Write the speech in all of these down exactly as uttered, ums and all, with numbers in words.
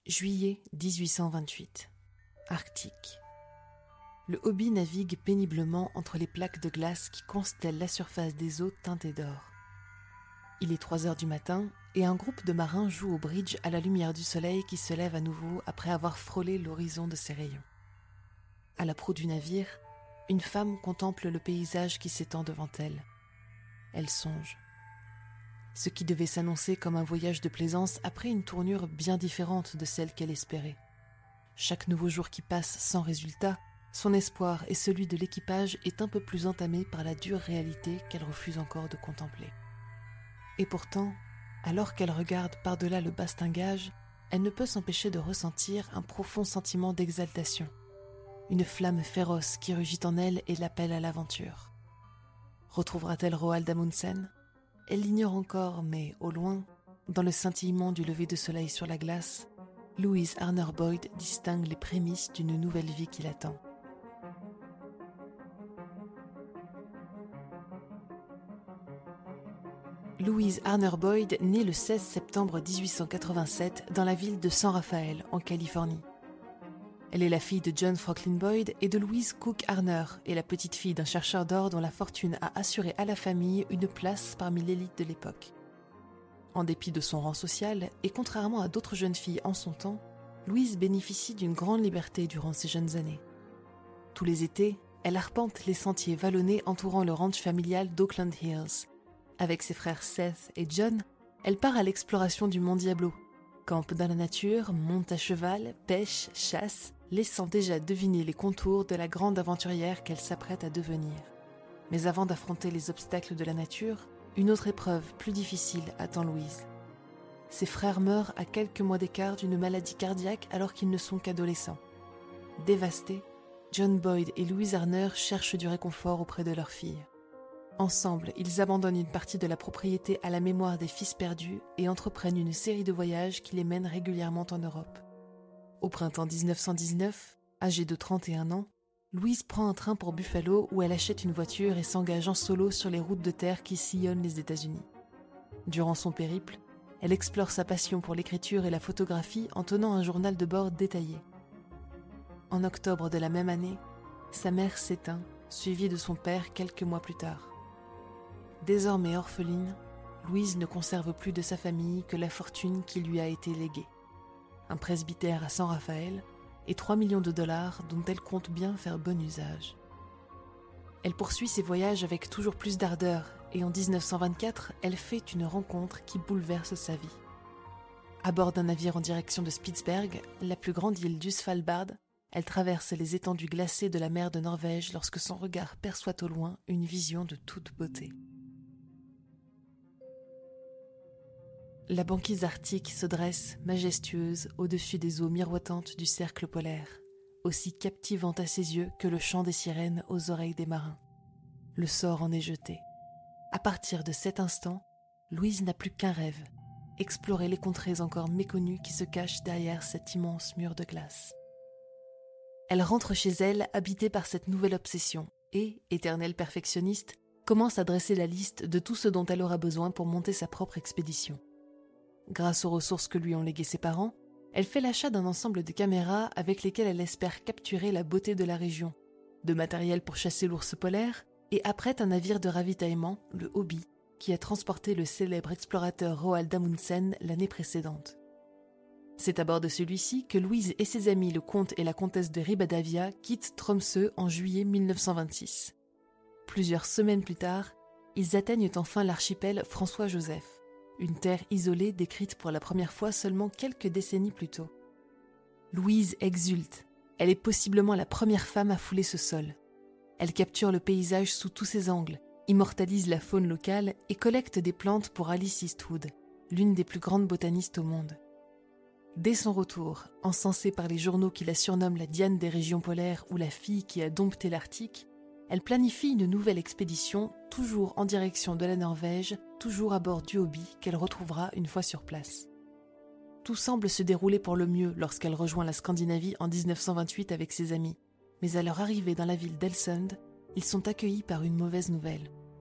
Juillet dix-huit cent vingt-huit. Arctique. Le Hobie navigue péniblement entre les plaques de glace qui constellent la surface des eaux teintées d'or. Il est trois heures du matin et un groupe de marins joue au bridge à la lumière du soleil qui se lève à nouveau après avoir frôlé l'horizon de ses rayons. À la proue du navire, une femme contemple le paysage qui s'étend devant elle. Elle songe. Ce qui devait s'annoncer comme un voyage de plaisance a pris une tournure bien différente de celle qu'elle espérait. Chaque nouveau jour qui passe sans résultat, son espoir et celui de l'équipage est un peu plus entamé par la dure réalité qu'elle refuse encore de contempler. Et pourtant, alors qu'elle regarde par-delà le bastingage, elle ne peut s'empêcher de ressentir un profond sentiment d'exaltation. Une flamme féroce qui rugit en elle et l'appelle à l'aventure. Retrouvera-t-elle Roald Amundsen ? Elle l'ignore encore, mais au loin, dans le scintillement du lever de soleil sur la glace, Louise Arner Boyd distingue les prémices d'une nouvelle vie qui l'attend. Louise Arner Boyd naît le seize septembre dix-huit cent quatre-vingt-sept dans la ville de San Rafael, en Californie. Elle est la fille de John Franklin Boyd et de Louise Cook Arner et la petite fille d'un chercheur d'or dont la fortune a assuré à la famille une place parmi l'élite de l'époque. En dépit de son rang social, et contrairement à d'autres jeunes filles en son temps, Louise bénéficie d'une grande liberté durant ses jeunes années. Tous les étés, elle arpente les sentiers vallonnés entourant le ranch familial d'Oakland Hills. Avec ses frères Seth et John, elle part à l'exploration du Mont Diablo, campe dans la nature, monte à cheval, pêche, chasse, laissant déjà deviner les contours de la grande aventurière qu'elle s'apprête à devenir. Mais avant d'affronter les obstacles de la nature, une autre épreuve plus difficile attend Louise. Ses frères meurent à quelques mois d'écart d'une maladie cardiaque alors qu'ils ne sont qu'adolescents. Dévastés, John Boyd et Louise Arner cherchent du réconfort auprès de leur fille. Ensemble, ils abandonnent une partie de la propriété à la mémoire des fils perdus et entreprennent une série de voyages qui les mènent régulièrement en Europe. Au printemps dix-neuf cent dix-neuf, âgée de trente et un ans, Louise prend un train pour Buffalo où elle achète une voiture et s'engage en solo sur les routes de terre qui sillonnent les États-Unis. Durant son périple, elle explore sa passion pour l'écriture et la photographie en tenant un journal de bord détaillé. En octobre de la même année, sa mère s'éteint, suivie de son père quelques mois plus tard. Désormais orpheline, Louise ne conserve plus de sa famille que la fortune qui lui a été léguée. Un presbytère à San Rafael et trois millions de dollars dont elle compte bien faire bon usage. Elle poursuit ses voyages avec toujours plus d'ardeur et en dix-neuf cent vingt-quatre, elle fait une rencontre qui bouleverse sa vie. À bord d'un navire en direction de Spitsberg, la plus grande île du Svalbard, elle traverse les étendues glacées de la mer de Norvège lorsque son regard perçoit au loin une vision de toute beauté. La banquise arctique se dresse, majestueuse, au-dessus des eaux miroitantes du cercle polaire, aussi captivante à ses yeux que le chant des sirènes aux oreilles des marins. Le sort en est jeté. À partir de cet instant, Louise n'a plus qu'un rêve, explorer les contrées encore méconnues qui se cachent derrière cet immense mur de glace. Elle rentre chez elle, habitée par cette nouvelle obsession, et, éternelle perfectionniste, commence à dresser la liste de tout ce dont elle aura besoin pour monter sa propre expédition. Grâce aux ressources que lui ont léguées ses parents, elle fait l'achat d'un ensemble de caméras avec lesquelles elle espère capturer la beauté de la région, de matériel pour chasser l'ours polaire, et apprête un navire de ravitaillement, le Hobie, qui a transporté le célèbre explorateur Roald Amundsen l'année précédente. C'est à bord de celui-ci que Louise et ses amis, le comte et la comtesse de Ribadavia, quittent Tromsø en juillet dix-neuf cent vingt-six. Plusieurs semaines plus tard, ils atteignent enfin l'archipel François-Joseph, une terre isolée décrite pour la première fois seulement quelques décennies plus tôt. Louise exulte. Elle est possiblement la première femme à fouler ce sol. Elle capture le paysage sous tous ses angles, immortalise la faune locale et collecte des plantes pour Alice Eastwood, l'une des plus grandes botanistes au monde. Dès son retour, encensée par les journaux qui la surnomment la Diane des régions polaires ou la fille qui a dompté l'Arctique, elle planifie une nouvelle expédition, toujours en direction de la Norvège, toujours à bord du Hobie qu'elle retrouvera une fois sur place. Tout semble se dérouler pour le mieux lorsqu'elle rejoint la Scandinavie en dix-neuf cent vingt-huit avec ses amis, mais à leur arrivée dans la ville d'Elsund, ils sont accueillis par une mauvaise nouvelle.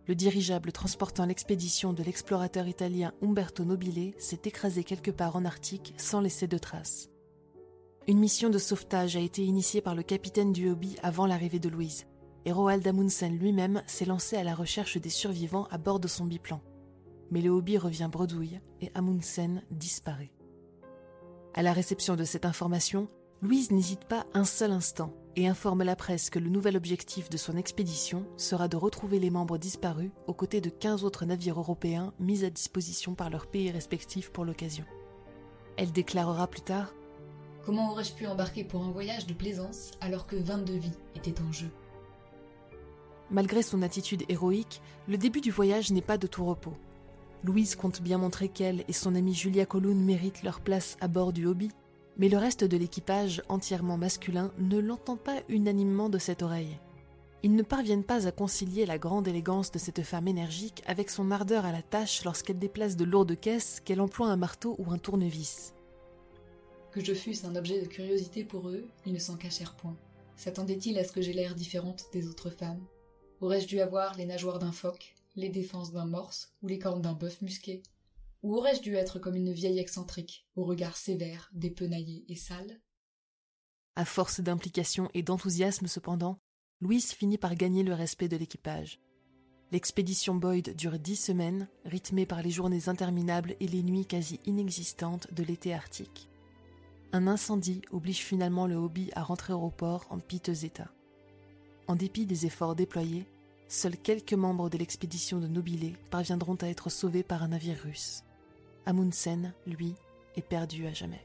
le dirigeable transportant l'expédition de l'explorateur italien Umberto Nobile s'est écrasé quelque part en Arctique sans laisser de traces. Une mission de sauvetage a été initiée par le capitaine du Hobby avant l'arrivée de Louise, et Roald Amundsen lui-même s'est lancé à la recherche des survivants à bord de son biplan. Mais le Hobby revient bredouille et Amundsen disparaît. À la réception de cette information, Louise n'hésite pas un seul instant et informe la presse que le nouvel objectif de son expédition sera de retrouver les membres disparus aux côtés de quinze autres navires européens mis à disposition par leurs pays respectifs pour l'occasion. Elle déclarera plus tard « Comment aurais-je pu embarquer pour un voyage de plaisance alors que vingt-deux vies étaient en jeu ?» Malgré son attitude héroïque, le début du voyage n'est pas de tout repos. Louise compte bien montrer qu'elle et son amie Julia Colloun méritent leur place à bord du Hobby, mais le reste de l'équipage, entièrement masculin, ne l'entend pas unanimement de cette oreille. Ils ne parviennent pas à concilier la grande élégance de cette femme énergique avec son ardeur à la tâche lorsqu'elle déplace de lourdes caisses, qu'elle emploie un marteau ou un tournevis. Que je fusse un objet de curiosité pour eux, ils ne s'en cachèrent point. S'attendaient-ils à ce que j'aie l'air différente des autres femmes ? Aurais-je dû avoir les nageoires d'un phoque, les défenses d'un morse ou les cornes d'un bœuf musqué ? Ou aurais-je dû être comme une vieille excentrique, au regard sévère, dépenaillé et sale ? À force d'implication et d'enthousiasme cependant, Louise finit par gagner le respect de l'équipage. L'expédition Boyd dure dix semaines, rythmée par les journées interminables et les nuits quasi inexistantes de l'été arctique. Un incendie oblige finalement le Hobby à rentrer au port en piteux état. En dépit des efforts déployés, seuls quelques membres de l'expédition de Nobile parviendront à être sauvés par un navire russe. Amundsen, lui, est perdu à jamais.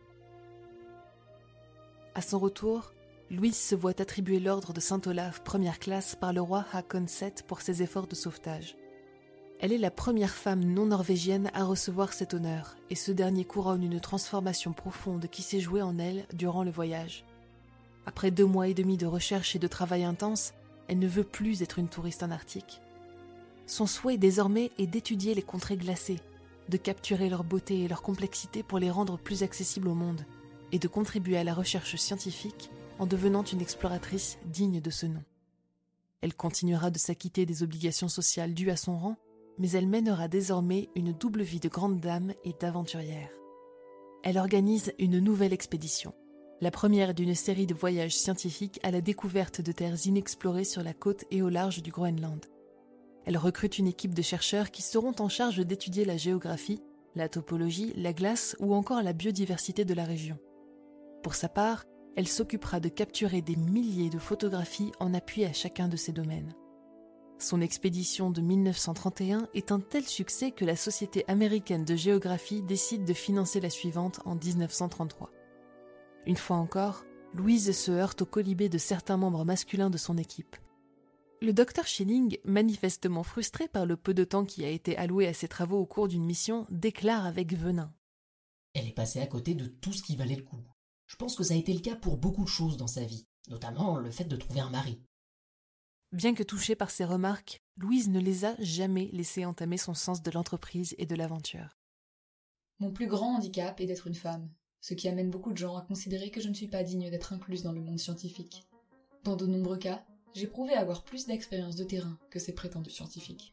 À son retour, Louise se voit attribuer l'ordre de Saint-Olaf première classe par le roi Haakon sept pour ses efforts de sauvetage. Elle est la première femme non norvégienne à recevoir cet honneur, et ce dernier couronne une transformation profonde qui s'est jouée en elle durant le voyage. Après deux mois et demi de recherche et de travail intense, elle ne veut plus être une touriste en Arctique. Son souhait désormais est d'étudier les contrées glacées, de capturer leur beauté et leur complexité pour les rendre plus accessibles au monde, et de contribuer à la recherche scientifique en devenant une exploratrice digne de ce nom. Elle continuera de s'acquitter des obligations sociales dues à son rang, mais elle mènera désormais une double vie de grande dame et d'aventurière. Elle organise une nouvelle expédition, la première d'une série de voyages scientifiques à la découverte de terres inexplorées sur la côte et au large du Groenland. Elle recrute une équipe de chercheurs qui seront en charge d'étudier la géographie, la topologie, la glace ou encore la biodiversité de la région. Pour sa part, elle s'occupera de capturer des milliers de photographies en appui à chacun de ces domaines. Son expédition de mille neuf cent trente et un est un tel succès que la Société américaine de géographie décide de financer la suivante en dix-neuf cent trente-trois. Une fois encore, Louise se heurte au quolibet de certains membres masculins de son équipe. Le docteur Schilling, manifestement frustré par le peu de temps qui a été alloué à ses travaux au cours d'une mission, déclare avec venin. Elle est passée à côté de tout ce qui valait le coup. Je pense que ça a été le cas pour beaucoup de choses dans sa vie, notamment le fait de trouver un mari. Bien que touchée par ces remarques, Louise ne les a jamais laissé entamer son sens de l'entreprise et de l'aventure. Mon plus grand handicap est d'être une femme, ce qui amène beaucoup de gens à considérer que je ne suis pas digne d'être incluse dans le monde scientifique. Dans de nombreux cas, j'ai prouvé avoir plus d'expérience de terrain que ces prétendus scientifiques.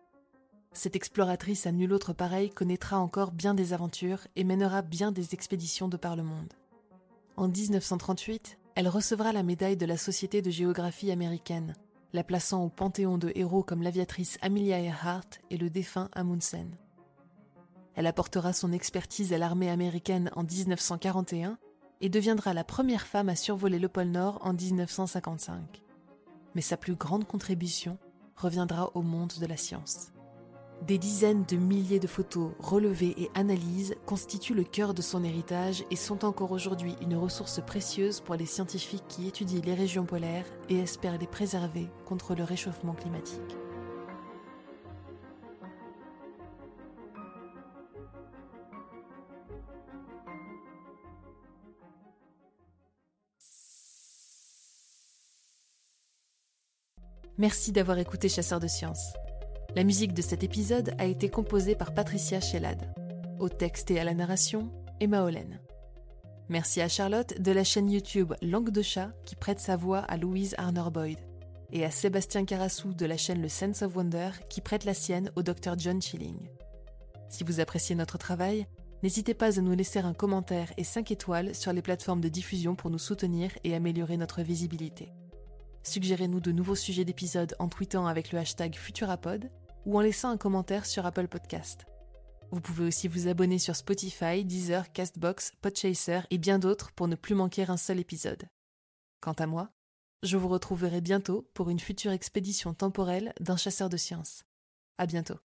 Cette exploratrice à nulle autre pareille connaîtra encore bien des aventures et mènera bien des expéditions de par le monde. En dix-neuf cent trente-huit, elle recevra la médaille de la Société de géographie américaine, la plaçant au panthéon de héros comme l'aviatrice Amelia Earhart et le défunt Amundsen. Elle apportera son expertise à l'armée américaine en dix-neuf cent quarante et un et deviendra la première femme à survoler le pôle Nord en dix-neuf cent cinquante-cinq. Mais sa plus grande contribution reviendra au monde de la science. Des dizaines de milliers de photos relevées et analyses constituent le cœur de son héritage et sont encore aujourd'hui une ressource précieuse pour les scientifiques qui étudient les régions polaires et espèrent les préserver contre le réchauffement climatique. Merci d'avoir écouté Chasseurs de Sciences. La musique de cet épisode a été composée par Patricia Shellad. Au texte et à la narration, Emma Hollen. Merci à Charlotte de la chaîne YouTube Langue de chat qui prête sa voix à Louise Arner Boyd. et à Sébastien Carassou de la chaîne Le Sense of Wonder qui prête la sienne au docteur John Chilling. Si vous appréciez notre travail, n'hésitez pas à nous laisser un commentaire et cinq étoiles sur les plateformes de diffusion pour nous soutenir et améliorer notre visibilité. Suggérez-nous de nouveaux sujets d'épisodes en tweetant avec le hashtag Futurapod ou en laissant un commentaire sur Apple Podcast. Vous pouvez aussi vous abonner sur Spotify, Deezer, Castbox, Podchaser et bien d'autres pour ne plus manquer un seul épisode. Quant à moi, je vous retrouverai bientôt pour une future expédition temporelle d'un chasseur de sciences. À bientôt.